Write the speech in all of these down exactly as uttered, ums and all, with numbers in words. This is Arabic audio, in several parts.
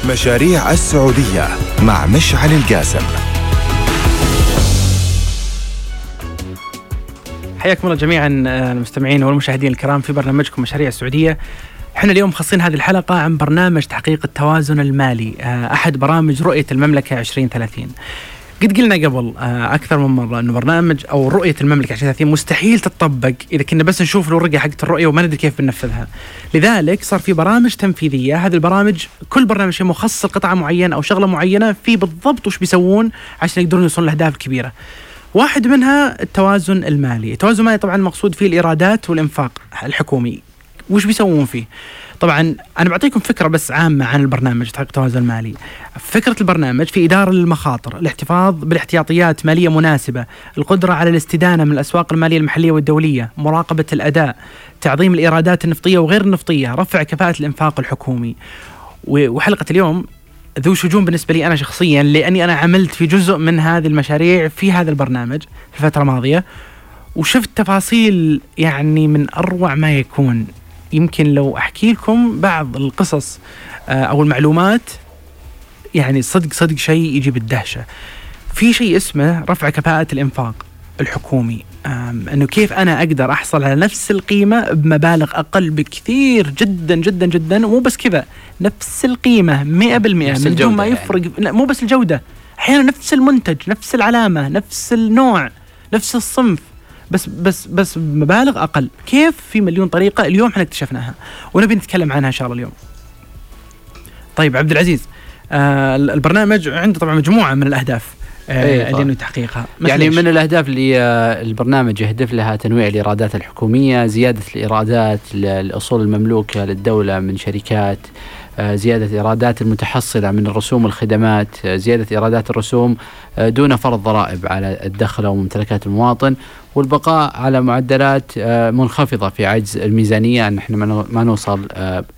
مشاريع السعودية مع مشعل القاسم. حياكم الله جميعا المستمعين والمشاهدين الكرام في برنامجكم مشاريع السعودية. احنا اليوم خاصين هذه الحلقة عن برنامج تحقيق التوازن المالي، أحد برامج رؤية المملكة عشرين ثلاثين. قد قلنا قبل أكثر من مرة أنه برنامج أو رؤية المملكة عشرين ثلاثين مستحيل تطبق إذا كنا بس نشوف الورقة حقت الرؤية وما ندري كيف بننفذها. لذلك صار في برامج تنفيذية. هذه البرامج كل برنامج مخصص لقطعة معينة أو شغلة معينة في بالضبط وش بيسوون عشان يقدرون يوصلون لأهداف كبيرة. واحد منها التوازن المالي. التوازن المالي طبعا مقصود فيه الإيرادات والإنفاق الحكومي. وش بيسوون فيه؟ طبعا أنا بعطيكم فكرة بس عامة عن البرنامج تحقيق التوازن المالي. فكرة البرنامج في إدارة للمخاطر، الاحتفاظ بالاحتياطيات مالية مناسبة، القدرة على الاستدانة من الأسواق المالية المحلية والدولية، مراقبة الأداء، تعظيم الإيرادات النفطية وغير النفطية، رفع كفاءة الإنفاق الحكومي. وحلقة اليوم ذو شجون بالنسبة لي أنا شخصيا، لأني أنا عملت في جزء من هذه المشاريع في هذا البرنامج في الفترة الماضية، وشفت تفاصيل يعني من أروع ما يكون. يمكن لو أحكي لكم بعض القصص أو المعلومات يعني صدق صدق شيء يجيب الدهشة. في شيء اسمه رفع كفاءة الإنفاق الحكومي، أنه كيف أنا أقدر أحصل على نفس القيمة بمبالغ أقل بكثير جدا جدا جدا. ومو بس كذا، نفس القيمة مئة بالمئة من دون ما يفرق يعني. مو بس الجودة، أحيانا نفس المنتج، نفس العلامة، نفس النوع، نفس الصنف، بس بس بس بمبالغ أقل. كيف؟ في مليون طريقة اليوم احنا اكتشفناها ونبي نتكلم عنها إن شاء الله اليوم. طيب عبد العزيز، آه البرنامج عنده طبعا مجموعة من الأهداف آه اللي تحقيقها. يعني من الأهداف اللي آه البرنامج يهدف لها تنويع الإيرادات الحكومية، زيادة الإيرادات للأصول المملوكة للدولة من شركات، زيادة إيرادات المتحصلة من الرسوم والخدمات، زيادة إيرادات الرسوم دون فرض ضرائب على الدخل وممتلكات المواطن، والبقاء على معدلات منخفضة في عجز الميزانية، أن نحن ما نوصل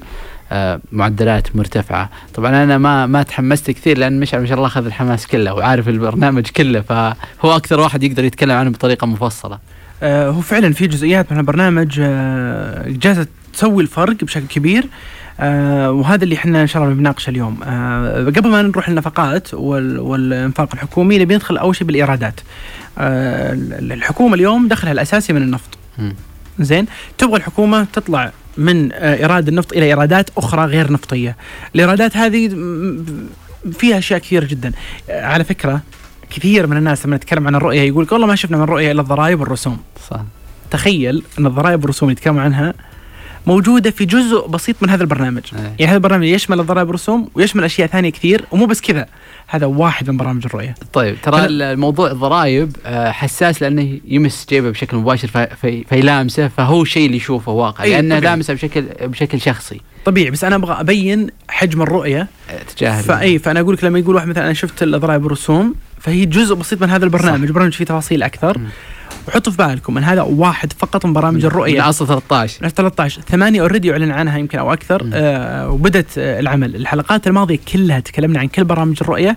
معدلات مرتفعة. طبعا أنا ما ما تحمست كثير لأن مشعل ما شاء الله أخذ الحماس كله وعارف البرنامج كله، فهو أكثر واحد يقدر يتكلم عنه بطريقة مفصلة. آه هو فعلا في جزئيات من البرنامج آه جالسة تسوي الفرق بشكل كبير. آه وهذا اللي احنا ان شاء الله بنناقشه اليوم. آه قبل ما نروح للنفقات والانفاق الحكومي نبي ندخل اول شيء بالايرادات. آه الحكومه اليوم دخلها الاساسي من النفط. م. زين، تبغى الحكومه تطلع من آه ايراد النفط الى ايرادات اخرى غير نفطيه. الايرادات هذه فيها اشياء كثيره جدا. آه على فكره كثير من الناس لما نتكلم عن الرؤيه يقول والله ما شفنا من الرؤيه الا الضرائب والرسوم. صح. تخيل ان الضرائب والرسوم اللي يتكلموا عنها موجودة في جزء بسيط من هذا البرنامج. أيه. يعني هذا البرنامج يشمل الضرائب والرسوم ويشمل أشياء ثانية كثير، ومو بس كذا، هذا واحد من برامج الرؤية. طيب ترى الموضوع الضرائب حساس لأنه يمس جيبه بشكل مباشر في فيلامسه، فهو شيء اللي يشوفه واقع لأنه لامسه بشكل بشكل شخصي طبيعي. بس أنا أبغى أبين حجم الرؤية تجاه فأي فأنا أقول لك لما يقول واحد مثلا أنا شفت الضرائب والرسوم، فهي جزء بسيط من هذا البرنامج. صح. برنامج فيه تفاصيل أكثر. م. وحطوا في بالكم أن هذا واحد فقط من برامج الرؤية. من أصل ثلاثة عشر ثلاثة عشر ثمانية أوريدي يعلن عنها يمكن أو أكثر. آه وبدت آه العمل. الحلقات الماضية كلها تكلمنا عن كل برامج الرؤية.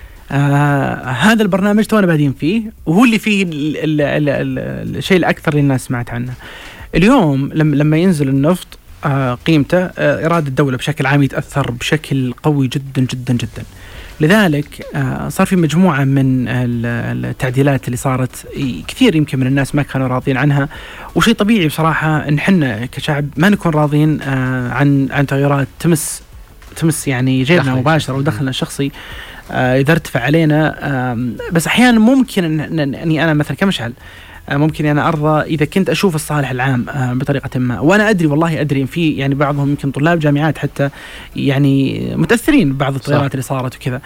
آه هذا البرنامج تونا بادين فيه، وهو اللي فيه ال ال ال ال الشيء الأكثر اللي الناس سمعت عنه. اليوم لما لما ينزل النفط آه قيمته آه إيراد الدولة بشكل عام يتأثر بشكل قوي جدا جدا جدا. لذلك صار في مجموعة من التعديلات اللي صارت كثير يمكن من الناس ما كانوا راضين عنها، وشيء طبيعي بصراحة إن حنا كشعب ما نكون راضين عن عن تغيرات تمس تمس يعني جيبنا مباشرة ودخلنا الشخصي إذا ارتفع علينا. بس أحيانا ممكن أني أنا مثلا كمشعل ممكن أنا أرضى إذا كنت أشوف الصالح العام بطريقة ما. وأنا أدري والله أدري في يعني بعضهم يمكن طلاب جامعات حتى يعني متأثرين ببعض التغيرات اللي صارت وكذا.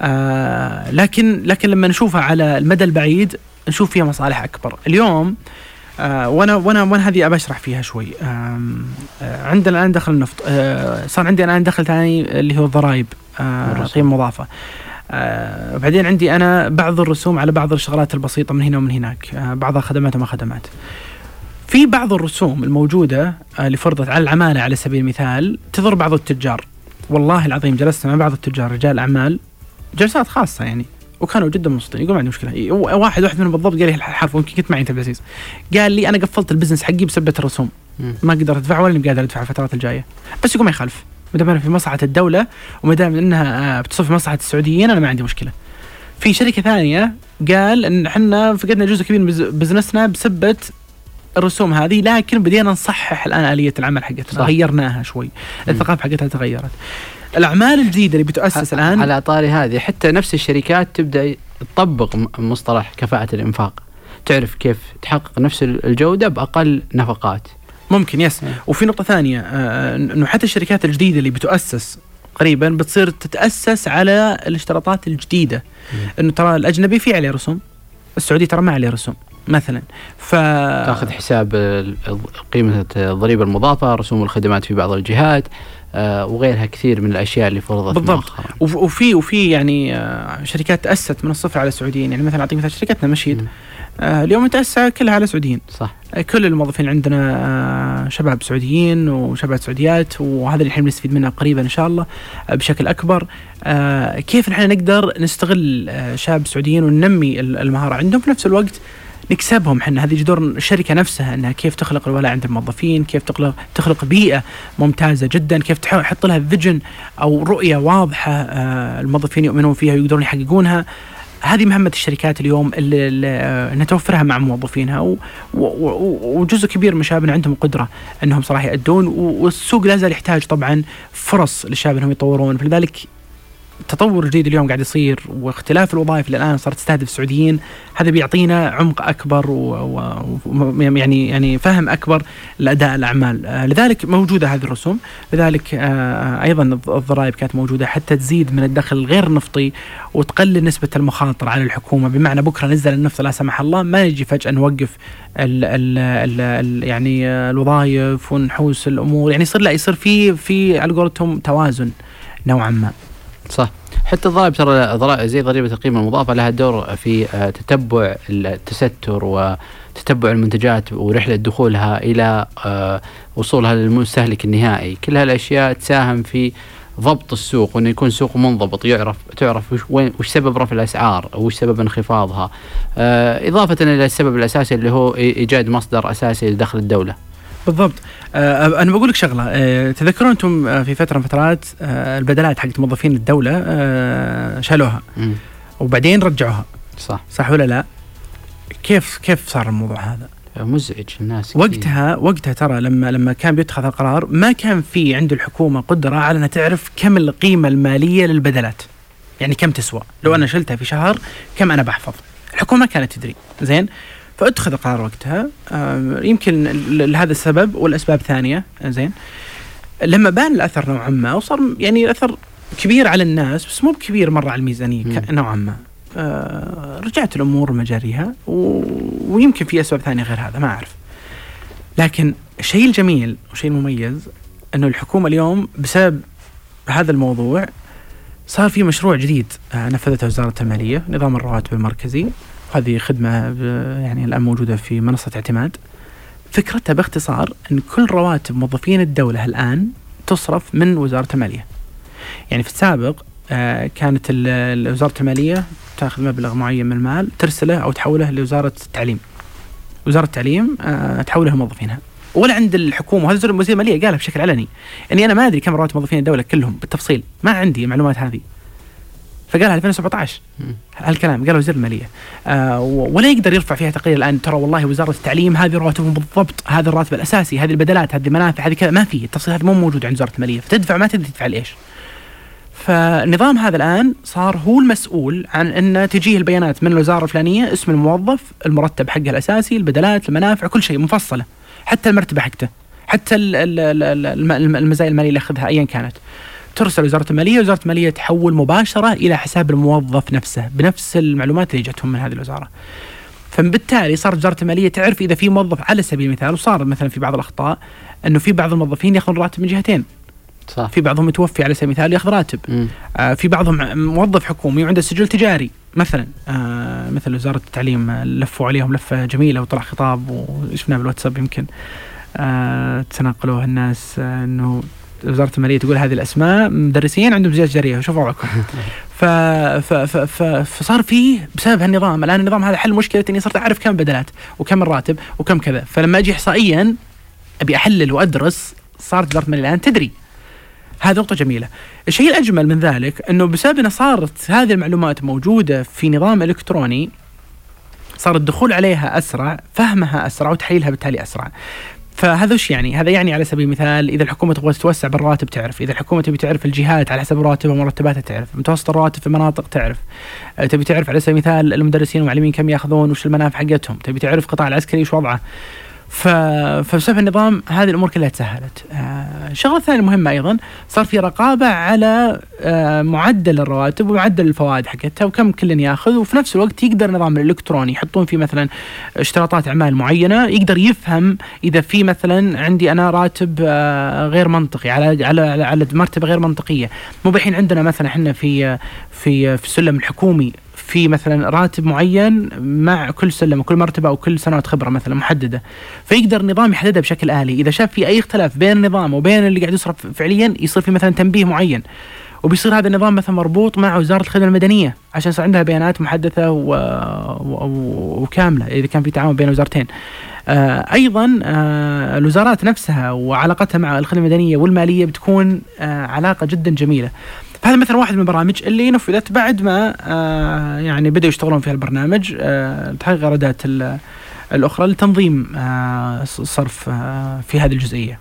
آه لكن لكن لما نشوفها على المدى البعيد نشوف فيها مصالح أكبر. اليوم آه وأنا وأنا وأنا هذه أبى أشرح فيها شوي. آه عندنا الآن دخل النفط. آه صار عندي الآن دخل ثاني اللي هو الضرائب، آه قيمة مضافة. آه بعدين عندي أنا بعض الرسوم على بعض الشغلات البسيطة من هنا ومن هناك، آه بعضها خدمات وما خدمات. في بعض الرسوم الموجودة آه اللي فرضت على العمالة على سبيل المثال تضر بعض التجار. والله العظيم جلست مع بعض التجار رجال أعمال جلسات خاصة يعني، وكانوا جدا مبسوطين. يقول ما عندي مشكلة. واحد واحد منهم بالضبط قال لي الحرف، ممكن كنت معي انت بالعزيز، قال لي أنا قفلت البزنس حقي بسبب الرسوم، ما قدرت أدفع ولا قادر أدفع الفترات الجاية. بس يقول ما يخالف، ما دام في مصلحة الدولة وما دام انها بتصب في مصلحة السعوديين انا ما عندي مشكلة. في شركة ثانية قال ان احنا فقدنا جزء كبير من بزنسنا بسبة الرسوم هذه، لكن بدينا نصحح الان آلية العمل حقتنا، غيرناها شوي، الثقافة حقتها تغيرت. الأعمال الجديدة اللي بتؤسس الآن على طاري هذه، حتى نفس الشركات تبدأ تطبق مصطلح كفاءة الإنفاق، تعرف كيف تحقق نفس الجودة بأقل نفقات. ممكن يس. وفي نقطة ثانية آه إنه حتى الشركات الجديدة اللي بتؤسس قريبا بتصير تتأسس على الاشتراطات الجديدة، إنه ترى الأجنبي في عليه رسوم، السعودي ترى ما عليه رسوم مثلا، ف تاخذ حساب قيمة الضريبة المضافة، رسوم الخدمات في بعض الجهات آه وغيرها كثير من الأشياء اللي فرضت بالضبط. وفي وفي يعني آه شركات تأسست من الصفر على سعوديين، يعني مثلا أعطيك مثال شركتنا مشيد آه اليوم متأسسة كلها على سعوديين. صح. آه كل الموظفين عندنا آه شباب سعوديين وشباب سعوديات، وهذا اللي احنا بنستفيد منه قريبا إن شاء الله آه بشكل أكبر. آه كيف نحن نقدر نستغل آه شباب سعوديين وننمي المهارة عندهم، في نفس الوقت نكسبهم حنا. هذه جذور الشركة نفسها، أنها كيف تخلق الولاء عند الموظفين، كيف تخلق تخلق بيئة ممتازة جدا، كيف تحط لها فيجن أو رؤية واضحة آه الموظفين يؤمنون فيها ويقدرون يحققونها. هذه مهمة الشركات اليوم اللي, اللي نتوفرها مع موظفينها، وجزء كبير من شبابنا عندهم قدرة أنهم صراحة يأدون، والسوق لا زال يحتاج طبعا فرص للشباب أنهم يطورون. فلذلك تطور جديد اليوم قاعد يصير، واختلاف الوظائف اللي الآن صارت تستهدف السعوديين، هذا بيعطينا عمق أكبر ويعني يعني فهم أكبر لأداء الأعمال. آه لذلك موجودة هذه الرسوم، لذلك آه أيضا الضرائب كانت موجودة حتى تزيد من الدخل الغير نفطي وتقلل نسبة المخاطر على الحكومة. بمعنى بكرة نزل النفط لا سمح الله، ما نجي فجأة نوقف ال ال ال ال يعني الوظائف ونحوس الأمور، يعني يصير لا يصير في في على قولتهم توازن نوعا ما. صح. حتى الضرائب ترى زي ضريبة القيمة المضافة لها دور في تتبع التستر وتتبع المنتجات ورحلة دخولها إلى وصولها للمستهلك النهائي. كل هالأشياء تساهم في ضبط السوق، وأنه يكون سوق منضبط، يعرف تعرف وش, وش سبب رفع الأسعار وش سبب انخفاضها، إضافة إلى السبب الأساسي اللي هو إيجاد مصدر أساسي لدخل الدولة. بالضبط. آه أنا بقول لك شغلة، آه تذكرون أنتم في فترة من فترات آه البدلات حقت موظفين الدولة آه شالوها م. وبعدين رجعوها. صح. صح ولا لا؟ كيف كيف صار الموضوع هذا؟ مزعج الناس وقتها كتير. وقتها ترى لما لما كان بيتخذ القرار ما كان في عند الحكومة قدرة على أنها تعرف كم القيمة المالية للبدلات، يعني كم تسوى. لو أنا شلتها في شهر كم أنا بحفظ، الحكومة كانت تدري. زين، فأتخذ القرار وقتها يمكن لهذا السبب والأسباب ثانية. زين، لما بان الأثر نوعا ما وصار يعني الأثر كبير على الناس بس مو كبير مرة على الميزانية نوعا ما، رجعت الأمور مجاريها، ويمكن في أسباب ثانية غير هذا ما أعرف. لكن الشيء الجميل والشيء المميز أنه الحكومة اليوم بسبب هذا الموضوع صار في مشروع جديد نفذته وزارة المالية، نظام الرواتب المركزي. هذه خدمة يعني الآن موجودة في منصة اعتماد. فكرتها باختصار أن كل رواتب موظفين الدولة الآن تصرف من وزارة المالية. يعني في السابق كانت وزارة المالية تأخذ مبلغ معين من المال ترسله أو تحوله لوزارة التعليم، وزارة التعليم تحوله لموظفينها، ولا عند الحكومة. وهذا وزير المالية قالها بشكل علني أني أنا ما أدري كم رواتب موظفين الدولة كلهم بالتفصيل، ما عندي المعلومات هذه. فقالها ألفين وسبعة عشر هالكلام، قال وزير المالية آه ولا يقدر يرفع فيها تقرير الآن ترى والله وزارة التعليم هذه رواتبهم بالضبط، هذا الراتب الأساسي، هذه البدلات، هذه المنافع، هذه كذا، ما في التفصيل هذا مو موجود عند وزارة المالية. فتدفع ما تدري تدفع لإيش. فالنظام هذا الآن صار هو المسؤول عن أن تجيه البيانات من الوزارة الفلانية، اسم الموظف، المرتب حقه الأساسي، البدلات، المنافع، كل شيء مفصلة، حتى المرتبة حقته، حتى المزايا المالية اللي أخذها أيا كانت، ترسل وزارة المالية. وزارة المالية تحول مباشرة إلى حساب الموظف نفسه بنفس المعلومات اللي جتهم من هذه الوزارة. فبالتالي صار وزارة المالية تعرف إذا في موظف على سبيل المثال، وصار مثلا في بعض الأخطاء أنه في بعض الموظفين يأخذون راتب من جهتين. صح. في بعضهم يتوفي على سبيل المثال يأخذ راتب. آه في بعضهم موظف حكومي وعنده سجل تجاري مثلا، آه مثل وزارة التعليم لفوا عليهم لفة جميلة وطلع خطاب وشفناه بالواتساب يمكن آه تناقلوه الناس آه أنه وزارة المالية تقول هذه الأسماء مدرسين عندهم زيادة جارية شوفوا وضعكم. ف... ف... ف... ف... فصار فيه بسبب هالنظام الآن النظام هذا حل مشكلة إني صرت أعرف كم بدلات وكم الراتب وكم كذا. فلما أجي إحصائيا أبي أحلل وأدرس صارت وزارة المالية الآن تدري. هذه نقطة جميلة. الشيء الأجمل من ذلك أنه بسبب أن صارت هذه المعلومات موجودة في نظام إلكتروني، صار الدخول عليها أسرع، فهمها أسرع، وتحليلها بالتالي أسرع. فهذا وش يعني؟ هذا يعني على سبيل المثال إذا الحكومة تبغى تتوسع بالرواتب تعرف، إذا الحكومة تبي تعرف الجهات على حسب رواتبها ومرتباتها تعرف، متوسط الرواتب في المناطق تعرف، تبي تعرف على سبيل المثال المدرسين والمعلمين كم ياخذون وش المنافع حقتهم، تبي تعرف قطاع العسكري وش وضعه. ف... فبسبب النظام هذه الأمور كلها تسهلت. آه... شغلة ثانية مهمة أيضا، صار في رقابة على آه... معدل الرواتب ومعدل الفوائد حقتها وكم كل ياخذ، وفي نفس الوقت يقدر النظام الإلكتروني يحطون فيه مثلا اشتراطات أعمال معينة، يقدر يفهم إذا في مثلا عندي أنا راتب آه... غير منطقي على على على مرتبة غير منطقية. مو بحين عندنا مثلا احنا في في في السلم الحكومي في مثلا راتب معين مع كل سلم وكل مرتبة أو كل سنوات خبرة مثلا محددة، فيقدر النظام يحددها بشكل آلي. إذا شاف في أي اختلاف بين النظام وبين اللي قاعد يصرف فعليا يصير في مثلا تنبيه معين، وبيصير هذا النظام مثلا مربوط مع وزارة الخدمة المدنية عشان يصير عندها بيانات محدثة و... و... وكاملة إذا كان في تعاون بين وزارتين. آه أيضا آه الوزارات نفسها وعلاقتها مع الخدمة المدنية والمالية بتكون آه علاقة جدا جميلة. فهذا مثلا واحد من البرامج اللي نفذت بعد ما آه يعني بدأوا يشتغلون في البرنامج آه تحقيق الإيرادات الأخرى لتنظيم آه الصرف آه في هذه الجزئية.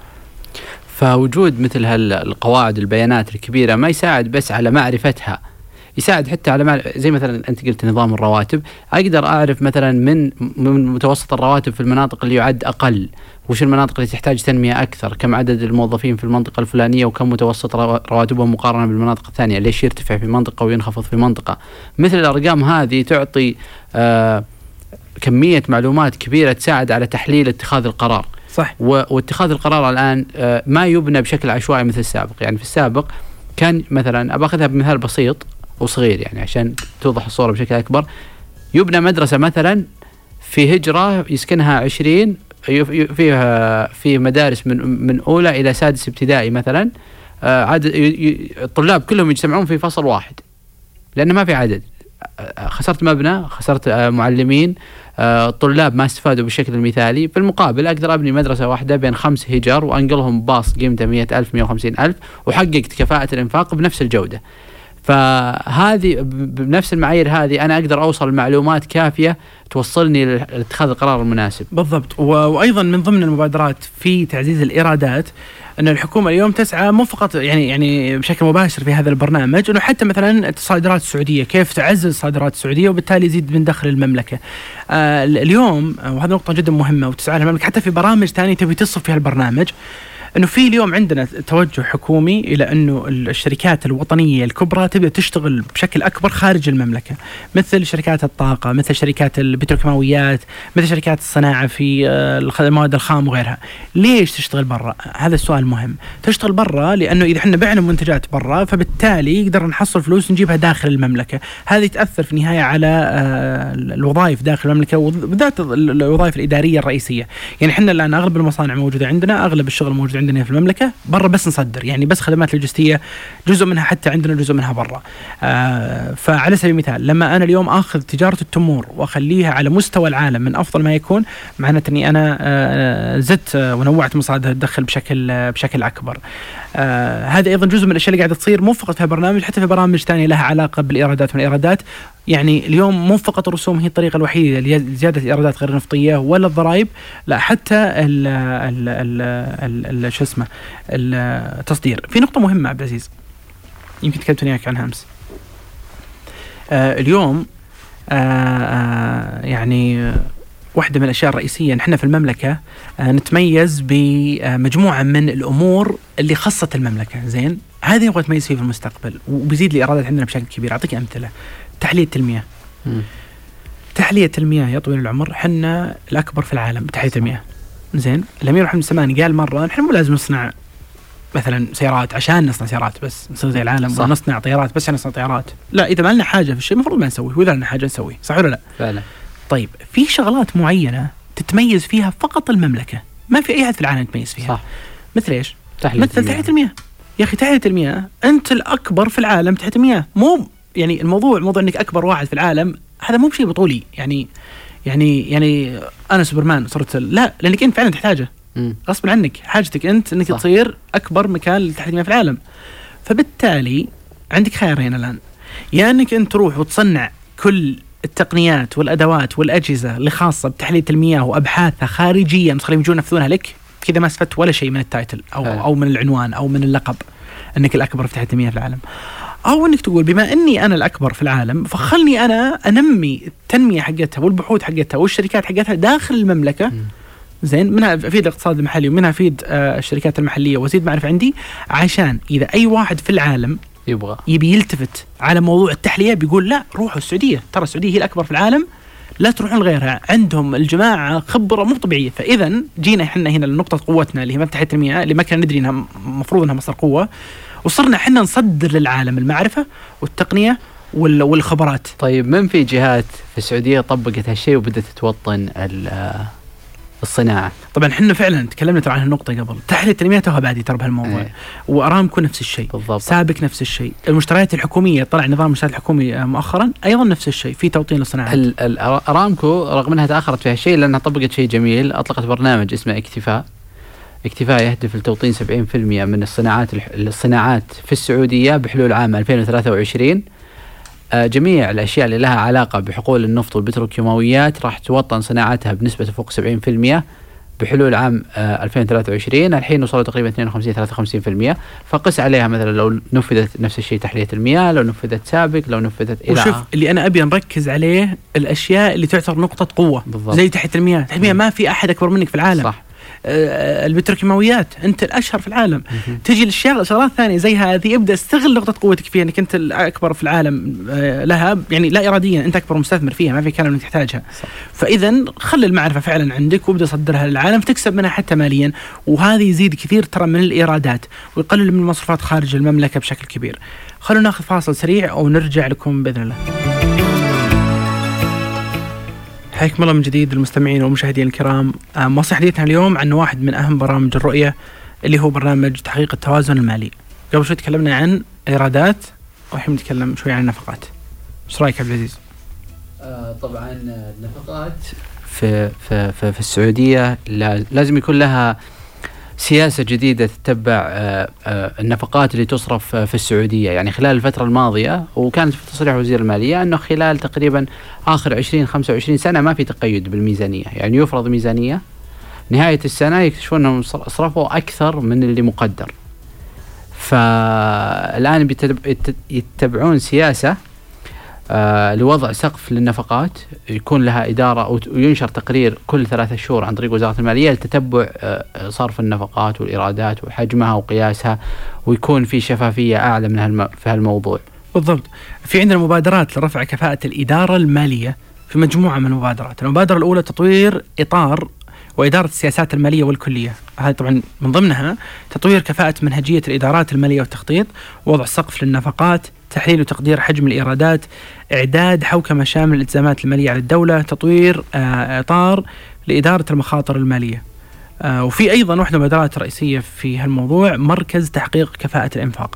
فوجود مثل هالقواعد البيانات الكبيرة ما يساعد بس على معرفتها، يساعد حتى على مع... زي مثلا أنت قلت نظام الرواتب، أقدر أعرف مثلا من من متوسط الرواتب في المناطق اللي يعد أقل وش المناطق اللي تحتاج تنمية أكثر، كم عدد الموظفين في المنطقة الفلانية وكم متوسط رواتبهم مقارنة بالمناطق الثانية، ليش يرتفع في منطقة وينخفض في منطقة. مثل الأرقام هذه تعطي آه كمية معلومات كبيرة تساعد على تحليل اتخاذ القرار. صح. واتخاذ القرار الآن آه ما يبنى بشكل عشوائي مثل السابق. يعني في السابق كان مثلا أباخذها بمثال بسيط وصغير يعني عشان توضح الصورة بشكل أكبر، يبنى مدرسة مثلا في هجرة يسكنها عشرين، فيها في مدارس من من أولى إلى سادس ابتدائي مثلا، آه عدد الطلاب كلهم يجتمعون في فصل واحد لأنه ما في عدد. خسرت مبنى، خسرت آه معلمين، آه الطلاب ما استفادوا بالشكل المثالي. في المقابل أقدر أبني مدرسة واحدة بين خمس هجر وأنقلهم باص قيمته مئة ألف مئة وخمسين ألف وحققت كفاءة الإنفاق بنفس الجودة. فهذه بنفس المعايير هذه أنا أقدر أوصل معلومات كافية توصلني لاتخاذ القرار المناسب. بالضبط. وأيضا من ضمن المبادرات في تعزيز الإيرادات أن الحكومة اليوم تسعى مو فقط يعني يعني بشكل مباشر في هذا البرنامج، أنه حتى مثلا الصادرات السعودية كيف تعزز الصادرات السعودية وبالتالي يزيد من دخل المملكة. آه اليوم وهذا نقطة جدا مهمة وتسعى المملكة حتى في برامج ثانية تبي تصف فيها البرنامج، أنه في اليوم عندنا توجه حكومي إلى أنه الشركات الوطنية الكبرى تبدأ تشتغل بشكل أكبر خارج المملكة، مثل شركات الطاقة، مثل شركات البتروكيماويات، مثل شركات الصناعة في المواد الخام وغيرها. ليش تشتغل برا؟ هذا السؤال مهم. تشتغل برا لأنه إذا احنا بعنا منتجات برا فبالتالي يقدر نحصل فلوس نجيبها داخل المملكة. هذه تأثر في النهاية على الوظائف داخل المملكة وبالذات الوظائف الإدارية الرئيسية. يعني احنا الآن أغلب المصانع موجودة عندنا، أغلب الشغل موجود عندنا في المملكة، برا بس نصدر، يعني بس خدمات لوجستية جزء منها حتى عندنا جزء منها برا. آه فعلى سبيل المثال لما أنا اليوم أخذ تجارة التمور وأخليها على مستوى العالم من أفضل ما يكون، معناته أني أنا آه زدت ونوعت مصادر الدخل بشكل آه بشكل أكبر. آه هذا أيضا جزء من الأشياء اللي قاعدة تصير مو فقط في برنامج، حتى في برامج ثانية لها علاقة بالإيرادات والإيرادات. يعني اليوم مو فقط الرسوم هي الطريقة الوحيدة لزيادة الإيرادات غير النفطية ولا الضرائب، لا حتى ال ال ال ال شو اسمه التصدير. في نقطة مهمة عبد العزيز يمكن تكلمت وياك عنها أمس. آه اليوم آه آه يعني واحدة من الأشياء الرئيسية نحن في المملكة آه نتميز بمجموعة من الأمور اللي خصت المملكة. زين، هذه نبغى نتميز فيه في المستقبل وبيزيد الإيرادات عندنا بشكل كبير. أعطيك أمثلة. تحلية المياه. م. تحلية المياه يا طويل العمر حنا الأكبر في العالم بتحلية المياه. زين، الأمير محمد السماني قال مرة نحن مو لازم نصنع مثلا سيارات عشان نصنع سيارات بس نصير زي العالم، صح. ونصنع طيارات بس عشان نصنع طيارات. لا، إذا ما لنا حاجة في الشيء المفروض ما نسويه، وإذا لنا حاجة نسويه، صح ولا لا؟ فعلا. طيب في شغلات معينة تتميز فيها فقط المملكة، ما في أي أحد في العالم يتميز فيها. صح. مثل إيش؟ تحلية مثل تحلية المياه. يا أخي تحلية المياه أنت الأكبر في العالم تحلية المياه. مو يعني الموضوع موضوع إنك أكبر واحد في العالم هذا مو بشيء بطولي. يعني يعني يعني أنا سوبرمان صرت، لا، لأنك أنت فعلا تحتاجه. غصب عنك حاجتك أنت أنك صح. تصير أكبر مكان لتحلية المياه في العالم. فبالتالي عندك خيارين الآن، يا يعني أنك أنت تروح وتصنع كل التقنيات والأدوات والأجهزة اللي خاصة بتحلية المياه وأبحاثها خارجيا تخليهم يجون ينفذونها لك، كذا ما استفدت ولا شيء من التايتل أو, أو من العنوان أو من اللقب أنك الأكبر في تحلية المياه في العالم. أو أنك تقول بما أني أنا الأكبر في العالم فخلني أنا أنمي التنمية حقتها والبحوث حقتها والشركات حقتها داخل المملكة. م. زين، منها أفيد الاقتصاد المحلي ومنها أفيد آه الشركات المحلية وزيد معرفة عندي، عشان إذا أي واحد في العالم يبغى يبي يلتفت على موضوع التحلية بيقول لا روحوا السعودية، ترى السعودية هي الأكبر في العالم، لا تروحون لغيرها، عندهم الجماعة خبرة مو طبيعية. فإذا جينا إحنا هنا لنقطة قوتنا اللي هي تحلية المياه اللي ما كنا ندري إنها مفروض إنها مصدر قوة، وصرنا إحنا نصدر للعالم المعرفة والتقنية والخبرات. طيب من في جهات في السعودية طبقت هالشيء وبدأت تتوطن الصناعة؟ طبعا احنا فعلا تكلمنا ترى عن النقطة قبل، تحلية المياه توها بادي ترى بهالموضوع. ايه. وأرامكو نفس الشيء بالضبط. سابق نفس الشيء، المشتريات الحكومية طلع نظام المشتريات الحكومي مؤخرا أيضا نفس الشيء، في توطين للصناعات. أرامكو رغم أنها تأخرت في هالشيء لأنها طبقت شيء جميل، أطلقت برنامج اسمه اكتفاء. اكتفاء يهدف لتوطين سبعين بالمئة من الصناعات الصناعات في السعودية بحلول عام ألفين وثلاثة وعشرين. جميع الأشياء اللي لها علاقة بحقول النفط والبتروكيماويات راح توطن صناعتها بنسبة فوق سبعين بالمئة بحلول عام ألفين وثلاثة وعشرين. الحين وصلوا تقريبا اثنين وخمسين ثلاثة وخمسين بالمئة. فقس عليها مثلا لو نفذت نفس الشيء تحلية المياه، لو نفذت سابق، لو نفذت إلى. وشوف اللي أنا أبي نركز عليه الأشياء اللي تعتبر نقطة قوة بالضبط. زي تحلية المياه، تحلية المياه ما في أحد أكبر منك في العالم. صح. البتروكيماويات انت الاشهر في العالم. تجي للشغلات شغلات ثانيه زي هذه، ابدا استغل نقطه قوتك فيها انك انت الاكبر في العالم لها، يعني لا اراديا انت اكبر مستثمر فيها، ما في كلام انك تحتاجها. فاذا خلي المعرفه فعلا عندك وابدا صدرها للعالم، فتكسب منها حتى ماليا، وهذا يزيد كثير ترى من الايرادات ويقلل من المصروفات خارج المملكه بشكل كبير. خلونا ناخذ فاصل سريع ونرجع لكم باذن الله. حياكم الله من جديد المستمعين والمشاهدين الكرام. موضوع حديثنا اليوم عن واحد من أهم برامج الرؤية اللي هو برنامج تحقيق التوازن المالي. قبل شوي تكلمنا عن إيرادات، والحين نتكلم شوي عن النفقات. ايش رايك عبد العزيز؟ آه طبعا النفقات في في في, في السعودية لازم يكون لها سياسة جديدة تتبع آه آه النفقات اللي تصرف في السعودية. يعني خلال الفترة الماضية، وكانت في تصريح وزير المالية أنه خلال تقريبا آخر عشرين خمسة وعشرين سنة ما في تقيد بالميزانية، يعني يفرض ميزانية نهاية السنة يكتشفون أنهم صرفوا أكثر من اللي مقدر. فالآن يتبعون سياسة آه لوضع سقف للنفقات يكون لها إدارة، وينشر تقرير كل ثلاثة شهور عن طريق وزارة المالية لتتبع آه صرف النفقات والإيرادات وحجمها وقياسها، ويكون في شفافية أعلى من هالم في هالموضوع. بالضبط. في عندنا مبادرات لرفع كفاءة الإدارة المالية في مجموعة من المبادرات. المبادرة الأولى تطوير إطار وإدارة السياسات المالية والكلية، هذا طبعا من ضمنها تطوير كفاءة منهجية الإدارات المالية والتخطيط، وضع سقف للنفقات، تحليل وتقدير حجم الإيرادات، إعداد حوكمة شامل الالتزامات المالية على الدولة، تطوير آه إطار لإدارة المخاطر المالية. آه وفي أيضا واحدة من المبادرات الرئيسية في هالموضوع مركز تحقيق كفاءة الإنفاق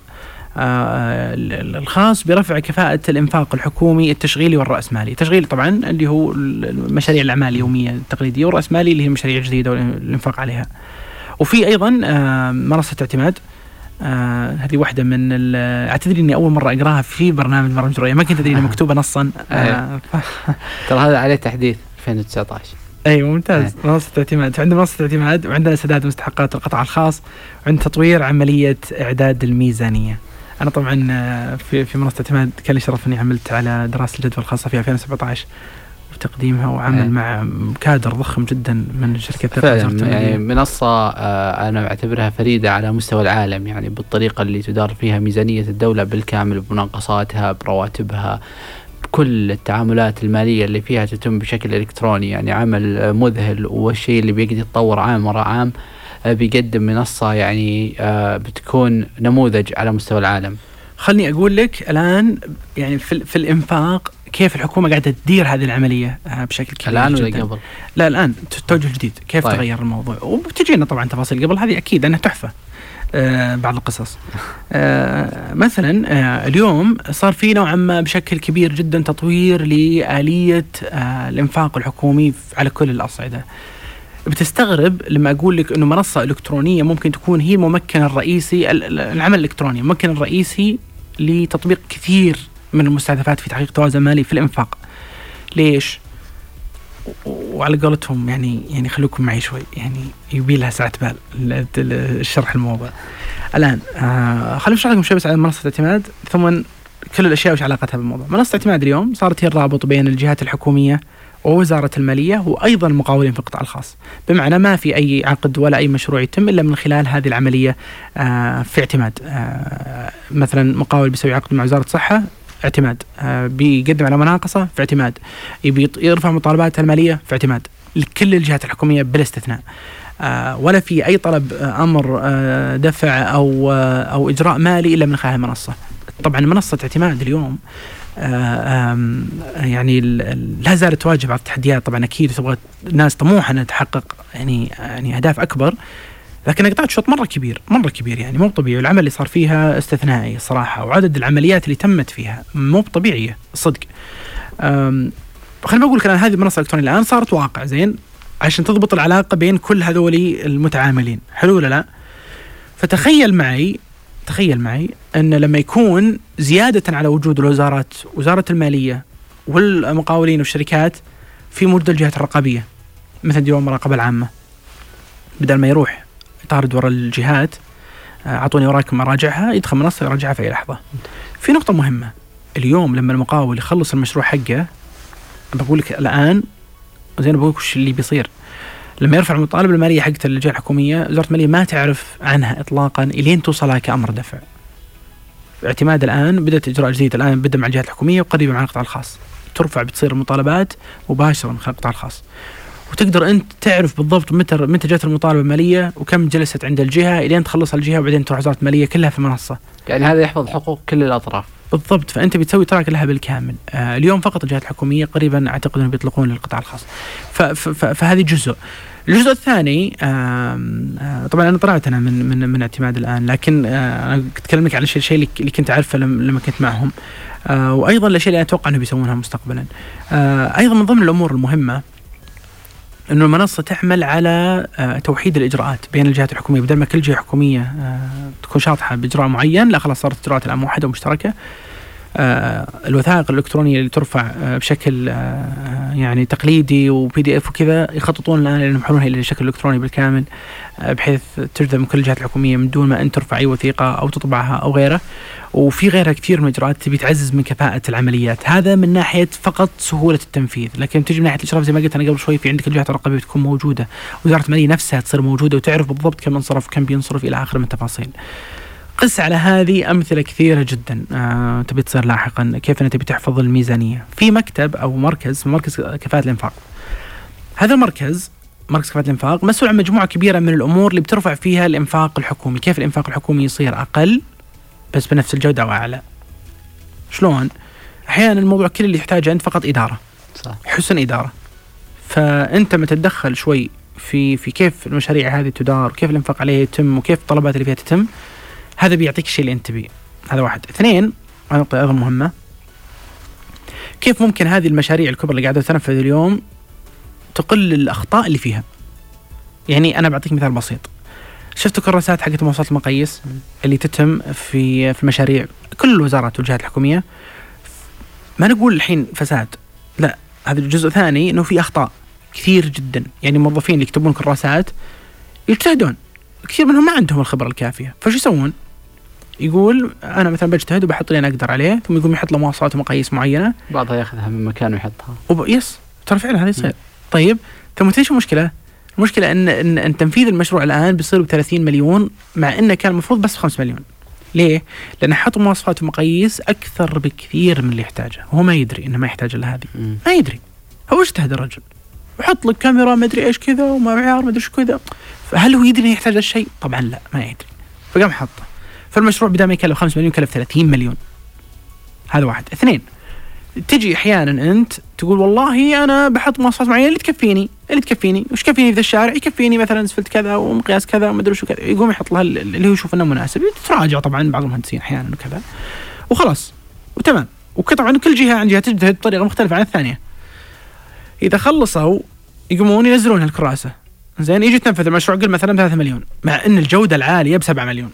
آه الخاص برفع كفاءة الإنفاق الحكومي التشغيلي والرأسمالي. التشغيلي طبعا اللي هو المشاريع الأعمال اليومية التقليدية، والرأسمالي اللي هي المشاريع الجديدة والإنفاق عليها. وفي أيضا آه منصة اعتماد، آه هذه واحدة من أعتذر إني أول مرة أقراها في برنامج برامج رؤية، ما كنت أدري إنها مكتوبة نصا. آه ترى هذا عليه تحديث ألفين وتسعة عشر. أيوة ممتاز. منصة اعتماد، عندنا منصة اعتماد، وعندنا سداد مستحقات القطاع الخاص، وعندنا تطوير عملية إعداد الميزانية. أنا طبعا في في منصة اعتماد كان لي شرف إني عملت على دراسة الجدوى الخاصة في ألفين وسبعة عشر وتقديمها، وعمل أيه. مع كادر ضخم جدا من الشركات. فعلا يعني منصة آه أنا أعتبرها فريدة على مستوى العالم، يعني بالطريقة اللي تدار فيها ميزانية الدولة بالكامل، بمناقصاتها، برواتبها، بكل التعاملات المالية اللي فيها تتم بشكل إلكتروني. يعني عمل مذهل، والشيء اللي بيقدر يتطور عام وراء عام. بيقدم منصة يعني آه بتكون نموذج على مستوى العالم. خلني أقول لك الآن يعني في, في الإنفاق كيف الحكومة قاعدة تدير هذه العملية بشكل كبير. الآن ولا قبل؟ لا الآن توجه جديد كيف طيب. تغير الموضوع، وبتجينا طبعا تفاصيل قبل هذه أكيد أنها تحفة. آه بعض القصص آه مثلا آه اليوم صار في نوعا ما بشكل كبير جدا تطوير لآلية آه الإنفاق الحكومي على كل الأصعدة. بتستغرب لما أقول لك إنه منصة إلكترونية ممكن تكون هي الممكن الرئيسي، العمل الإلكتروني الممكن الرئيسي لتطبيق كثير من المستهدفات في تحقيق توازن مالي في الإنفاق. ليش؟ وعلى قولتهم يعني يعني خلوكم معي شوي، يعني يبي لها ساعة بال الشرح الموضوع. الآن آه خلينا نشرح لكم شوي بس عن منصة اعتماد، ثم كل الأشياء وش علاقتها بالموضوع. منصة اعتماد اليوم صارت هي الرابط بين الجهات الحكومية ووزارة المالية وأيضا المقاولين في القطاع الخاص، بمعنى ما في أي عقد ولا أي مشروع يتم إلا من خلال هذه العملية آه في اعتماد. آه مثلا مقاول بيسوي عقد مع وزارة الصحة، اعتماد. آه بيقدم على مناقصة، في اعتماد. يبي يرفع مطالبات المالية، في اعتماد. لكل الجهات الحكومية بلا استثناء. آه ولا في أي طلب آه أمر آه دفع أو آه أو إجراء مالي إلا من خلال المنصة. طبعا منصة اعتماد اليوم آه يعني لا زالت تواجه بعض التحديات، طبعا أكيد تبغى الناس طموحة أن تحقق يعني يعني أهداف أكبر، لكن قطعت شوط مرة كبير مرة كبير يعني مو طبيعي. العمل اللي صار فيها استثنائي صراحة، وعدد العمليات اللي تمت فيها مو طبيعية صدق. خليني بقول لك أن هذه المنصة الإلكترونية الآن صارت واقع زين عشان تضبط العلاقة بين كل هذولي المتعاملين. حلو ولا لا؟ فتخيل معي تخيل معي أن لما يكون زيادة على وجود الوزارات، وزارة المالية والمقاولين والشركات، في موجود الجهات الرقابية مثل ديوان المراقبة العامة، بدل ما يروح يطارد وراء الجهات أعطوني وراكم أراجعها، يدخل منصة يراجعها في أي لحظة. في نقطة مهمة اليوم، لما المقاول يخلص المشروع حقه، بقول لك الآن زين بقول لك وش اللي بيصير لما يرفع المطالبة المالية حقت الجهة الحكومية. وزارة المالية ما تعرف عنها إطلاقا إلين توصلها كأمر دفع. اعتماد الآن بدأت إجراء جديد، الآن بدأ مع الجهات الحكومية وقريبا مع القطاع الخاص، ترفع بتصير المطالبات مباشرة من خلال القطاع الخاص، وتقدر أنت تعرف بالضبط متى متى جت المطالبة المالية وكم جلست عند الجهة إلين تخلص الجهة، وبعدين تروح وزارة المالية كلها في المنصة. يعني هذا يحفظ حقوق كل الأطراف بالضبط. فأنت بتسوي تراك لها بالكامل. آه اليوم فقط الجهات الحكومية، قريبا أعتقد أنهم بيطلقون للقطاع الخاص. فهذه جزء. الجزء الثاني آه آه طبعا أنا طلعت أنا من من من اعتماد الآن، لكن آه أنا أتكلم لك عن الشيء الشيء اللي كنت أعرفه لما كنت معهم، آه وأيضا الأشياء اللي أتوقع أنه بيسوونها مستقبلا. آه أيضا من ضمن الأمور المهمة أنه المنصة تعمل على آه توحيد الإجراءات بين الجهات الحكومية، بدل ما كل جهة حكومية آه تكون شاطحة بإجراء معين، لا خلاص صارت إجراءات الآن موحدة ومشتركة. آه الوثائق الإلكترونية اللي ترفع آه بشكل آه يعني تقليدي وبي دي اف وكذا، يخططون الآن لأنهم يحولونها إلى شكل إلكتروني بالكامل، آه بحيث تجذب من كل الجهات الحكومية من دون ما أن ترفع أي وثيقة أو تطبعها أو غيره. وفي غيرها كثير من الإجراءات تبي تعزز من كفاءة العمليات. هذا من ناحية فقط سهولة التنفيذ، لكن تجي من ناحية الإشراف زي ما قلت أنا قبل شوي، في عندك الجهات الرقابية تكون موجودة، وزارة المالية نفسها تصير موجودة وتعرف بالضبط كم انصرف وكم بينصرف إلى آخر من التفاصيل. قس على هذه أمثلة كثيرة جدا آه، تبي تصير لاحقا، كيف أنت تبي تحفظ الميزانية في مكتب أو مركز مركز كفاءة الإنفاق. هذا المركز مركز كفاءة الإنفاق مسؤول عن مجموعة كبيرة من الأمور اللي بترفع فيها الإنفاق الحكومي. كيف الإنفاق الحكومي يصير أقل بس بنفس الجودة وأعلى؟ شلون؟ أحيانا الموضوع كل اللي يحتاجه أنت فقط إدارة، صح. حسن إدارة. فأنت ما تتدخل شوي في في كيف المشاريع هذه تدار وكيف الإنفاق عليها يتم وكيف الطلبات اللي فيها تتم، هذا بيعطيك الشيء اللي أنت تبيه. هذا واحد. اثنين، نقطة أيضا مهمة، كيف ممكن هذه المشاريع الكبرى اللي قاعدة تنفذ اليوم تقل الأخطاء اللي فيها. يعني أنا بعطيك مثال بسيط. شفت كراسات حقت مواصفات المقاييس اللي تتم في في المشاريع كل الوزارات والجهات الحكومية، ما نقول الحين فساد، لا، هذا الجزء ثاني إنه في أخطاء كثير جدا. يعني الموظفين اللي يكتبون كراسات يجتهدون، كثير منهم ما عندهم الخبرة الكافية، فشو يسوون؟ يقول أنا مثلا بجتهد وبحط اللي أنا أقدر عليه، ثم يقوم يحط له مواصفات ومقاييس معينة، بعضها يأخذها من مكان ويحطها وب... يس ترى فعلا هذا يصير. طيب ثم تيجي المشكلة؟ المشكلة إن إن, إن تنفيذ المشروع الآن بيصير بثلاثين مليون، مع إنه كان المفروض بس خمس مليون. ليه؟ لأن حطوا مواصفات ومقاييس أكثر بكثير من اللي يحتاجه، وهو ما يدري إنه ما يحتاج إلا هذه، ما يدري. هو اجتهد الرجل وحط لك كاميرا ما أدري إيش كذا ومعيار ما أدري إيش كذا، فهل هو يدري إنه يحتاج هالشيء؟ طبعا لا، ما يدري، فقام حطه. فالمشروع بدل ما يكلف خمس مليون كلف ثلاثين مليون. هذا واحد. اثنين، تجي أحيانا أنت تقول والله أنا بحط مواصفات معينة اللي تكفيني اللي تكفيني وش كفيني في ذا الشارع، يكفيني مثلا اسفلت كذا ومقياس كذا وما أدري شو كذا، يقوم يحط لها اللي هو يشوف إنه مناسب، تراجع طبعا بعض المهندسين أحيانا وكذا وخلاص وتمام. وطبعا كل جهة عن جهة تجتهد بطريقة مختلفة عن الثانية. إذا خلصوا يقومون ينزلون هالكراسة زين يجي تنفذ المشروع قل مثلا ثلاثة مليون، مع ان الجوده العاليه بسبعة مليون،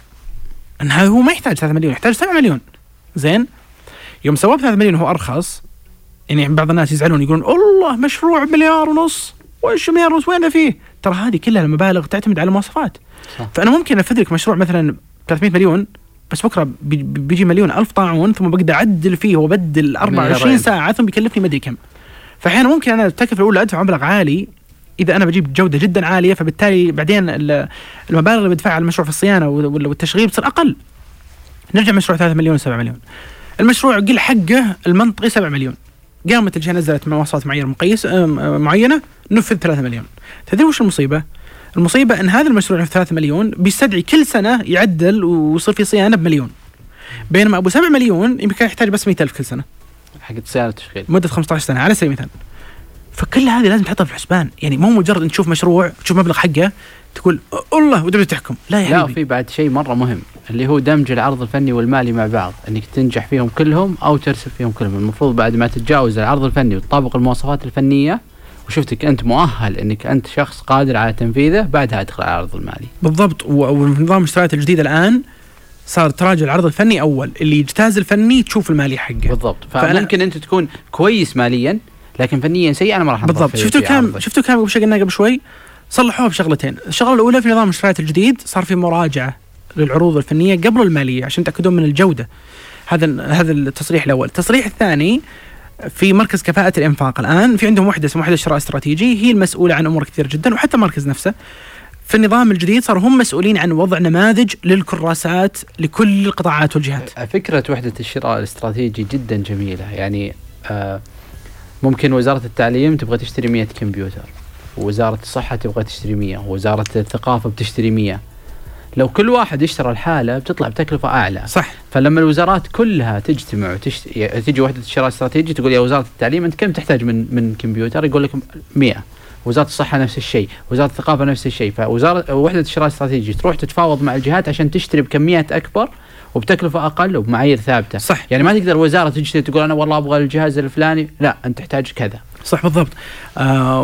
ان هذا هو ما يحتاج ثلاثة مليون، يحتاج سبعة مليون. زين يوم سواه ثلاثة مليون هو ارخص، يعني بعض الناس يزعلون يقولون الله مشروع مليار ونص، وش مليار ونص وين فيه؟ ترى هذه كلها المبالغ تعتمد على المواصفات. صح. فانا ممكن انفذ لك مشروع مثلا ثلاثمئة مليون، بس بكره بيجي مليون ألف طاعون، ثم بقدر اعدل فيه وبدل أربعة وعشرين ساعه، ثم بيكلفني مدري كم. فاحيانا ممكن انا التكلفه الاولى ادفع مبلغ عالي اذا انا بجيب جوده جدا عاليه، فبالتالي بعدين المبالغ اللي بدفعها على المشروع في الصيانه والتشغيل بتصير اقل. نرجع مشروع ثلاثة مليون سبعة مليون، المشروع قل حقه المنطقي سبعة مليون، قامت الجهه نزلت مواصفات معايير مقيس معينه، نفذ ثلاثة مليون. تدري وش المصيبه؟ المصيبه ان هذا المشروع في ثلاثة مليون بيستدعي كل سنه يعدل ويصير في صيانه بمليون، بينما ابو سبعة مليون يمكن يحتاج بس مئة ألف كل سنه حق صيانه التشغيل مده خمسة عشر سنه على سبيل المثال. فكل هذه لازم تحطها في الحسبان، يعني مو مجرد ان تشوف مشروع تشوف مبلغ حقه تقول الله وتبدا تحكم، لا يا لا. في بعد شيء مره مهم اللي هو دمج العرض الفني والمالي مع بعض، انك تنجح فيهم كلهم او ترسب فيهم كلهم. المفروض بعد ما تتجاوز العرض الفني وتطابق المواصفات الفنيه وشفتك انت مؤهل انك انت شخص قادر على تنفيذه، بعدها ادخل على العرض المالي. بالضبط. ونظام الاشتراكات الجديد الان صار تراجع العرض الفني اول، اللي يجتاز الفني تشوف المالي حقه. بالضبط. فممكن انت تكون كويس ماليا لكن فنيا سيء، انا ما راح بالضبط. شفتوا كم شفتوا كم قبل قلنا قبل شوي صلحوها بشغلتين. الشغله الاولى في نظام الاشتراكات الجديد صار في مراجعه للعروض الفنيه قبل الماليه عشان تاكدون من الجوده. هذا هذا التصريح الاول. التصريح الثاني في مركز كفاءه الانفاق، الان في عندهم وحده اسمها وحده الشراء الاستراتيجي، هي المسؤوله عن امور كثير جدا، وحتى المركز نفسه في النظام الجديد صاروا هم مسؤولين عن وضع نماذج للكراسات لكل القطاعات والجهات. فكره وحده الشراء الاستراتيجي جدا جميله، يعني آه ممكن وزاره التعليم تبغى تشتري مئة كمبيوتر، ووزاره الصحه تبغى تشتري مئة، ووزاره الثقافه بتشتري مئة. لو كل واحد يشتري الحالة بتطلع بتكلفة أعلى. صح. فلما الوزارات كلها تجتمع وتشت... تيجي وحدة الشراء الاستراتيجي تقول يا وزارة التعليم أنت كم تحتاج من من كمبيوتر؟ يقول لك مئة. وزارة الصحة نفس الشيء، وزارة الثقافة نفس الشيء. فوزارة وحدة الشراء الاستراتيجي تروح تتفاوض مع الجهات عشان تشتري بكميات أكبر وبتكلفة أقل وبمعايير ثابتة. صح. يعني ما تقدر وزارة تجي تقول أنا والله أبغى الجهاز الفلاني، لا أنت تحتاج كذا. صح بالضبط. آه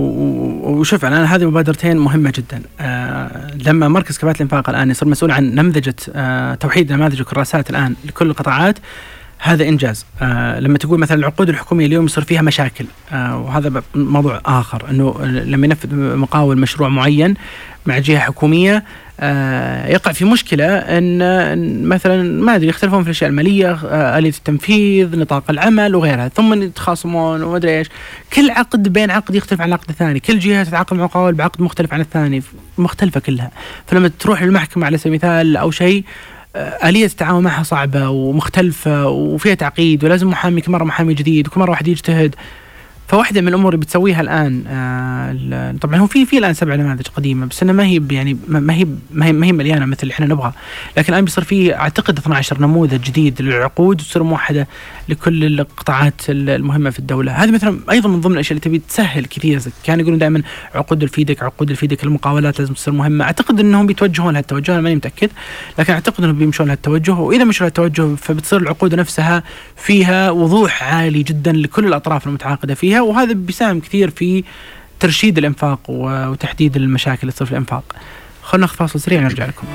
وشوف أنا هذه مبادرتين مهمة جدا. آه لما مركز كفاءة الإنفاق الآن يصير مسؤول عن نمذجة آه توحيد نماذج الكراسات الآن لكل القطاعات، هذا إنجاز. آه لما تقول مثلا العقود الحكومية اليوم يصير فيها مشاكل، آه وهذا موضوع آخر، إنه لما ينفذ مقاول مشروع معين مع جهة حكومية آه يقع في مشكلة أن مثلا ما أدري يختلفون في الأشياء المالية، آه آلية التنفيذ، نطاق العمل وغيرها، ثم يتخاصمون وما أدري إيش. كل عقد بين عقد يختلف عن العقد الثاني، كل جهة تتعاقد مع مقاول بعقد مختلف عن الثاني، مختلفة كلها. فلما تروح للمحكمة على سبيل المثال أو شيء، آلية التعامل معها صعبة ومختلفة وفيها تعقيد، ولازم محامي كل مرة محامي جديد وكل مرة واحد يجتهد. فواحدة من الأمور اللي بتسويها الآن آه طبعا هو في في الآن سبع نماذج قديمة، بس أنا ما هي يعني ما هي ما هي ما هي مليانة مثل اللي إحنا نبغى، لكن الآن بيصير في أعتقد اثنا عشر نموذج جديد للعقود وتصير موحدة لكل القطاعات المهمة في الدولة. هذه مثلا أيضا من ضمن الأشياء اللي تبي تسهل كثير. كانوا يقولون دائما عقود الفيدك عقود الفيدك المقاولات لازم تصير مهمة. أعتقد أنهم بيتوجهون لهالتوجه، أنا ماني متأكد، لكن أعتقد أنهم بيمشون لهالتوجه. وإذا مشوا لهالتوجه فبتصير العقود نفسها فيها وضوح عالي جدا لكل الأطراف المتعاقدة فيها، وهذا بيساهم كثير في ترشيد الإنفاق وتحديد المشاكل اللي تصير في الإنفاق. خلنا ناخذ فاصل سريع ونرجع لكم.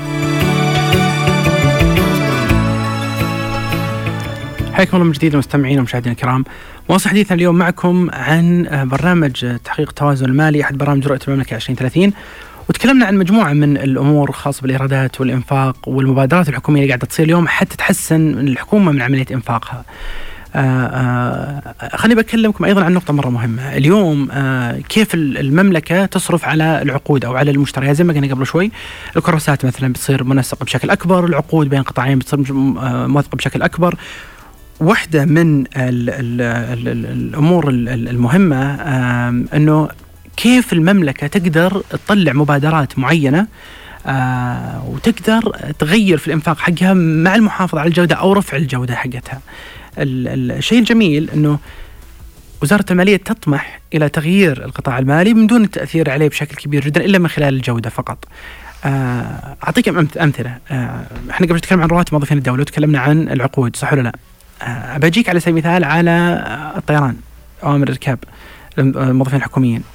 حياكم الله من جديد مستمعين ومشاهدينا الكرام. واصل حديثنا اليوم معكم عن برنامج تحقيق التوازن المالي، أحد برامج رؤية المملكة عشرين ثلاثين، وتكلمنا عن مجموعة من الأمور الخاصة بالإيرادات والإنفاق والمبادرات الحكومية اللي قاعدة تصير اليوم حتى تحسن الحكومة من عملية إنفاقها. آه آه خليني بكلمكم أيضا عن نقطة مرة مهمة اليوم. آه كيف المملكة تصرف على العقود أو على المشتريات. زي ما قلنا قبل شوي، الكراسات مثلا بتصير منسقة بشكل أكبر، العقود بين قطاعين بتصير موثقة بشكل أكبر. واحدة من ال ال ال ال الأمور المهمة آه أنه كيف المملكة تقدر تطلع مبادرات معينة آه وتقدر تغير في الإنفاق حقها مع المحافظة على الجودة أو رفع الجودة حقتها. الشيء الجميل أنه وزارة المالية تطمح إلى تغيير القطاع المالي من دون التأثير عليه بشكل كبير جدا إلا من خلال الجودة فقط. آه أعطيك أمثلة. آه إحنا قبل نتكلم عن رواتب موظفين الدولة وتكلمنا عن العقود، صح ولا لا؟ آه بجيك على سبيل المثال على الطيران، أوامر الركاب الموظفين الحكوميين.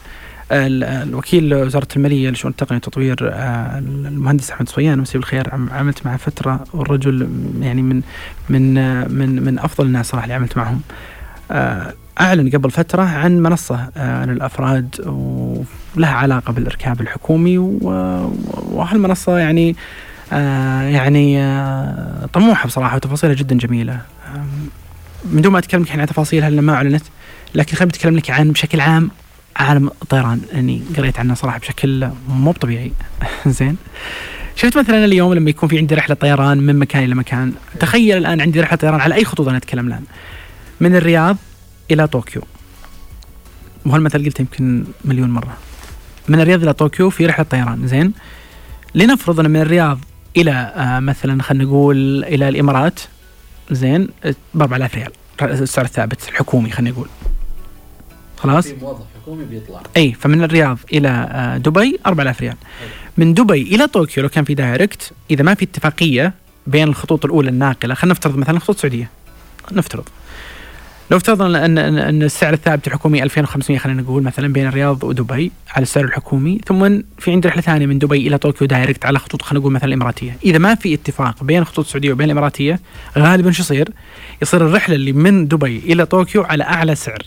الوكيل وزارة المالية لشؤون التقنية والتطوير المهندس أحمد صويان مسيه بالخير، عملت معه فترة، والرجل يعني من من من من أفضل الناس صراحة اللي عملت معهم. أعلن قبل فترة عن منصة للأفراد ولها علاقة بالإركاب الحكومي، وهالمنصة يعني يعني طموحة بصراحة وتفاصيلها جدا جميلة. من دون ما أتكلم لك عن تفاصيلها لأنها ما أعلنت، لكن خليني أتكلم لك عن بشكل عام عالم الطيران، يعني قريت عنه صراحة بشكل مو طبيعي. زين، شفت مثلا اليوم لما يكون في عندي رحلة طيران من مكان إلى مكان، تخيل الآن عندي رحلة طيران على أي خطوط أنا أتكلم الآن، من الرياض إلى طوكيو، وهالمثل قلت يمكن مليون مرة، من الرياض إلى طوكيو في رحلة طيران. زين، لنفرض أن من الرياض إلى آه مثلا خلينا نقول إلى الإمارات، زين، بأربعة آلاف ريال السعر الثابت الحكومي، خلينا نقول خلاص، في موظف حكومي بيطلع. أي، فمن الرياض إلى آه دبي أربعة آلاف ريال. من دبي إلى طوكيو لو كان في دايركت، إذا ما في اتفاقية بين الخطوط الأولى الناقلة، خلينا نفترض مثلا خطوط سعودية، نفترض لو افترضنا أن أن السعر الثابت الحكومي ألفين وخمسمائة خلينا نقول مثلا بين الرياض ودبي على السعر الحكومي، ثم في عندي رحلة ثانية من دبي إلى طوكيو دايركت على خطوط خلينا نقول مثلا الإماراتية. إذا ما في اتفاق بين الخطوط السعودية وبين الإماراتية، غالبا شو يصير؟ يصير الرحلة اللي من دبي إلى طوكيو على أعلى سعر،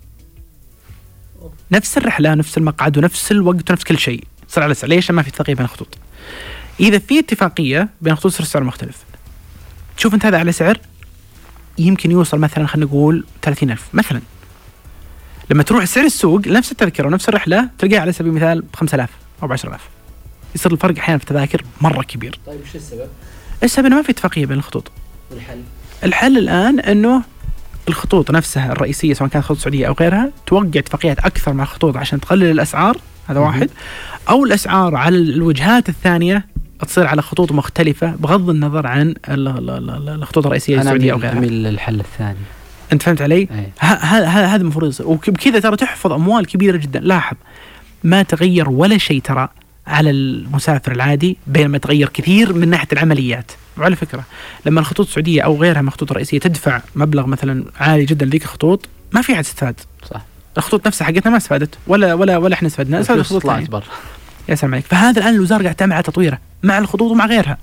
نفس الرحلة نفس المقعد ونفس الوقت ونفس كل شيء، صار على سعر. ليش؟ ما في اتفاقية بين الخطوط. إذا في اتفاقية بين الخطوط يصير السعر مختلف. تشوف أنت هذا على سعر يمكن يوصل مثلا خلينا نقول ثلاثين ألف مثلا، لما تروح سعر السوق نفس التذكرة ونفس الرحلة تلقاها على سبيل المثال بخمسة آلاف أو بعشرة آلاف، يصير الفرق أحيانا في التذاكر مرة كبير. طيب وش السبب؟ السبب إنه ما في اتفاقية بين الخطوط. والحل؟ الحل الآن إنه الخطوط نفسها الرئيسية سواء كانت خطوط سعودية أو غيرها توقع اتفاقيات أكثر مع الخطوط عشان تقلل الأسعار، هذا واحد، أو الأسعار على الوجهات الثانية تصير على خطوط مختلفة بغض النظر عن الخطوط الرئيسية السعودية أو غيرها. أنا أميل للحل الثاني. أنت فهمت علي؟ هذا هذا المفروض يصير، وبكذا ترى تحفظ أموال كبيرة جدا. لاحظ ما تغير ولا شيء ترى على المسافر العادي، بينما تغير كثير من ناحية العمليات. وعلى فكرة لما الخطوط السعودية أو غيرها من الخطوط الرئيسية تدفع مبلغ مثلا عالي جدا لذيك الخطوط، ما في أحد استفاد. صح، الخطوط نفسها حقتنا ما استفادت ولا ولا ولا إحنا استفدنا، استفاد الخطوط الثانية. يا سلام عليك. فهذا الآن الوزارة قاعد تعمل على تطويره مع الخطوط ومع غيرها.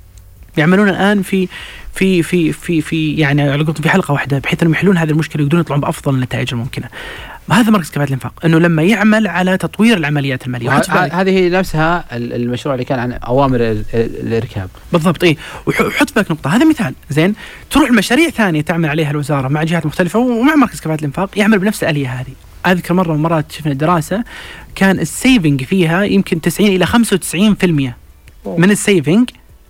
يعملون الآن في في في في في يعني على قولتهم في حلقة واحدة، بحيث أنهم يحلون هذه المشكلة ويقدرون يطلعون بأفضل النتائج الممكنة. هذا مركز كفاءة الإنفاق، إنه لما يعمل على تطوير العمليات المالية. هذه هي نفسها المشروع اللي كان عن أوامر الإركاب. بالضبط. إيه، وحط بالك نقطة، هذا مثال. زين، تروح المشاريع ثانية تعمل عليها الوزارة مع جهات مختلفة ومع مركز كفاءة الإنفاق يعمل بنفس الآلية هذه. أذكر مرة من مرات شفنا دراسة كان السيفنج فيها يمكن تسعين إلى خمسة وتسعين بالمئة من السيفنج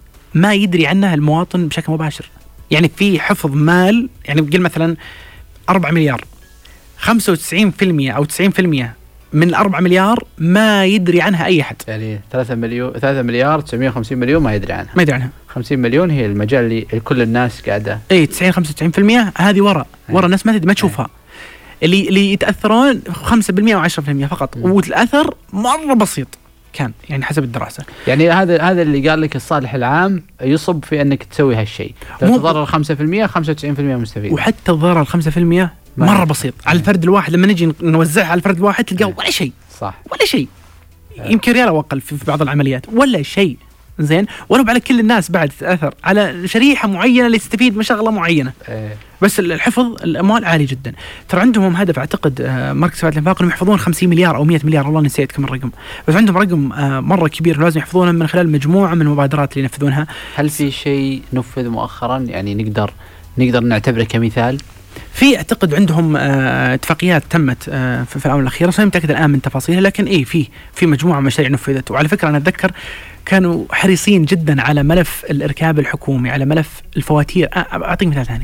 ما يدري عنها المواطن بشكل مباشر. يعني في حفظ مال، يعني بقول مثلا أربعة مليار، خمسة وتسعين بالمئة أو تسعين بالمئة من الأربعة مليار ما يدري عنها أي أحد. يعني ثلاثة مليون ثلاثة مليار تسعمائة وخمسين مليون ما يدري عنها. ما يدري عنها. خمسين مليون هي المجال اللي كل الناس قاعدة. إيه، تسعين خمسة وتسعين بالمئة هذه ورا ورا الناس ما تدري ما تشوفها. اللي اللي يتأثرون خمسة بالمئة أو عشرة بالمئة فقط، م. والأثر مرة بسيط كان يعني حسب الدراسة. يعني هذا هذا اللي قال لك الصالح العام يصب في أنك تسوي هالشيء. تضرر خمسة بالمئة خمسة وتسعين بالمئة مستفيد. وحتى الضرر خمسة بالمئة مرة بسيط على الفرد الواحد. لما نجي نوزعها على الفرد الواحد تلقاه ولا شيء. صح، ولا شيء، يمكن ريال أو أقل في بعض العمليات، ولا شيء. زين، ولو على كل الناس بعد تأثر على شريحة معينة اللي تستفيد من شغلة معينة. إيه. بس الحفظ الأموال عالي جدا. ترى عندهم هدف أعتقد مركز كفاءة الإنفاق إنهم يحفظون خمسين مليار أو مئة مليار، والله نسيت كم الرقم، بس عندهم رقم مرة كبير لازم يحفظونه من خلال مجموعة من المبادرات اللي ينفذونها. هل في شيء نفذ مؤخرا يعني نقدر نقدر نعتبره كمثال؟ في اعتقد عندهم اه اتفاقيات تمت اه في الآونة الأخيرة، صحيح متأكد الآن من تفاصيلها، لكن إيه في في مجموعة من المشاريع نفذت. وعلى فكرة أنا أتذكر كانوا حريصين جدا على ملف الإركاب الحكومي، على ملف الفواتير. أعطيك مثال ثاني،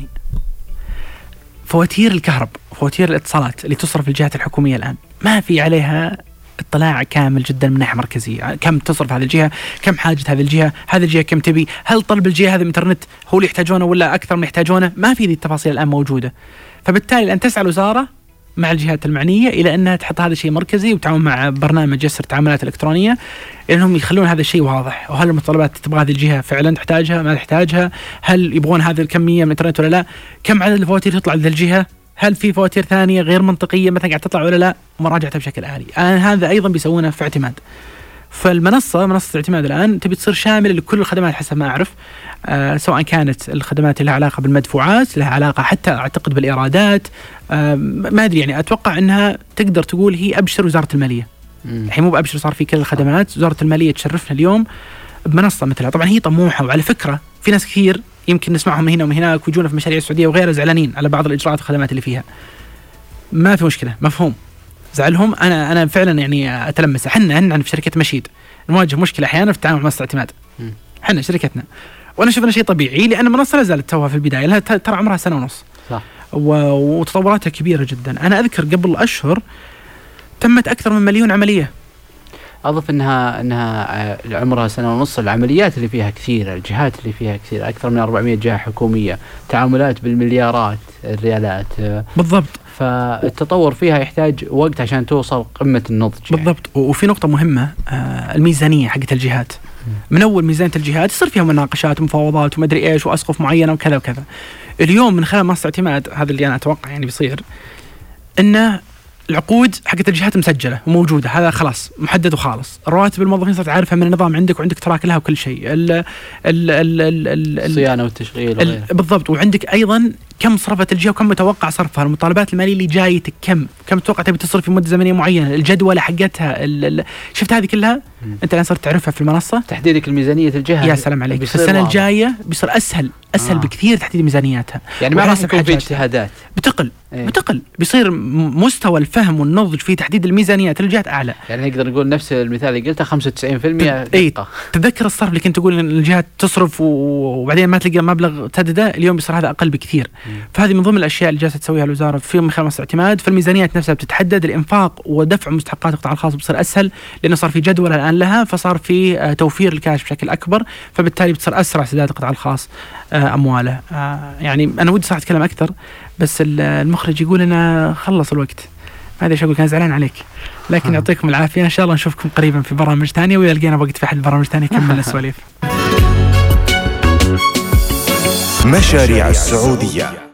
فواتير الكهرب، فواتير الاتصالات اللي تصرف الجهات الحكومية الآن ما في عليها اطلاع كامل جدا من ناحية مركزية. كم تصرف هذه الجهة، كم حاجة هذه الجهة، هذه الجهة كم تبي، هل طلب الجهة هذا الانترنت هو اللي يحتاجونه ولا أكثر من يحتاجونه، ما في ذي التفاصيل الآن موجودة. فبالتالي الآن تسعى الوزارة مع الجهات المعنية إلى أنها تحط هذا الشيء مركزي وتعاون مع برنامج يسر تعاملات إلكترونية، لأنهم يخلون هذا الشيء واضح. وهل المتطلبات تبغى هذه الجهة فعلا تحتاجها ما تحتاجها، هل يبغون هذه الكمية من الانترنت ولا لا، كم عدد الفواتير تطلع لهذه الجهة، هل في فواتير ثانيه غير منطقيه مثلا قاعد تطلع ولا لا، ومراجعتها بشكل آلي. آه هذا ايضا بيسوونه في اعتماد. فالمنصه منصه الاعتماد الان تبي تصير شامله لكل الخدمات حسب ما اعرف، آه سواء كانت الخدمات اللي لها علاقه بالمدفوعات، لها علاقه حتى اعتقد بالايرادات، آه ما ادري يعني اتوقع انها تقدر تقول هي ابشر وزاره الماليه. الحين مو بابشر، صار في كل الخدمات. وزاره الماليه تشرفنا اليوم بمنصه مثلها. طبعا هي طموحه، وعلى فكره في ناس كثير يمكن نسمعهم هنا وهناك ويجونا في مشاريع السعوديه وغيرها زعلانين على بعض الاجراءات والخدمات اللي فيها. ما في مشكله، مفهوم زعلهم. انا انا فعلا يعني اتلمس. احنا عندنا في شركه مشيد نواجه مشكله احيانا في التعامل مع منصه الاعتماد. احنا شركتنا، وانا اشوف انه شيء طبيعي لان المنصه لا زالت توها في البدايه، لها ترى عمرها سنه ونص. صح. وتطوراتها كبيره جدا. انا اذكر قبل اشهر تمت اكثر من مليون عمليه. أضف أنها أنها عمرها سنة ونص، العمليات اللي فيها كثيرة، الجهات اللي فيها كثيرة، أكثر من أربعمائة جهة حكومية، تعاملات بالمليارات الريالات. بالضبط. فالتطور فيها يحتاج وقت عشان توصل قمة النضج. بالضبط. يعني. وفي نقطة مهمة، آه الميزانية حقت الجهات. من أول ميزانية الجهات يصير فيها مناقشات ومفاوضات وما أدري إيش وأسقف معينة وكذا وكذا. اليوم من خلال منصة اعتماد، هذا اللي أنا أتوقع يعني بيصير، إنه العقود حقت الجهات مسجله وموجوده، هذا خلاص محدد وخالص. الرواتب الموظفين صرت عارفها من النظام عندك، وعندك تراك لها وكل شيء. ال ال ال ال الصيانه والتشغيل بالضبط. وعندك ايضا كم صرفت الجهه وكم متوقع صرفها، المطالبات الماليه اللي جايتك كم كم تتوقع تبي تصرف في مده زمنيه معينه، الجدوله حقتها، شفت هذه كلها م. انت الان صرت تعرفها في المنصه. تحديدك الميزانيه الجهه، يا سلام عليك. السنه الجايه بيصير اسهل اسهل آه. بكثير تحديد ميزانياتها. يعني ما راح يكون في اجتهادات، بتقل ايه؟ بتقل بيصير مستوى الفهم والنضج في تحديد الميزانيات للجهات اعلى. يعني نقدر نقول نفس المثال اللي قلته خمسة وتسعين بالمئة اي. تذكر الصرف اللي كنت تقول ان الجهات تصرف وبعدين ما تلقى مبلغ تسدده، اليوم بيصير هذا اقل بكثير. م. فهذه من ضمن الاشياء اللي جالسه تسويها الوزاره في من خلال منصه الاعتماد. فالميزانيات نفسها بتتحدد، الانفاق ودفع مستحقات القطاع الخاص بيصير اسهل لانه صار في جدول الان لها، فصار في توفير الكاش بشكل اكبر، فبالتالي بتصير اسرع سداد القطاع الخاص امواله. يعني انا ودي صراحه اتكلم اكثر، بس المخرج يقول لنا خلص الوقت. ما ادري ايش اقول، كان زعلان عليك، لكن يعطيكم العافيه. ان شاء الله نشوفكم قريبا في برامج ثانيه، واذا لقينا وقت في احد البرامج ثانيه نكمل السواليف. مشاريع السعوديه.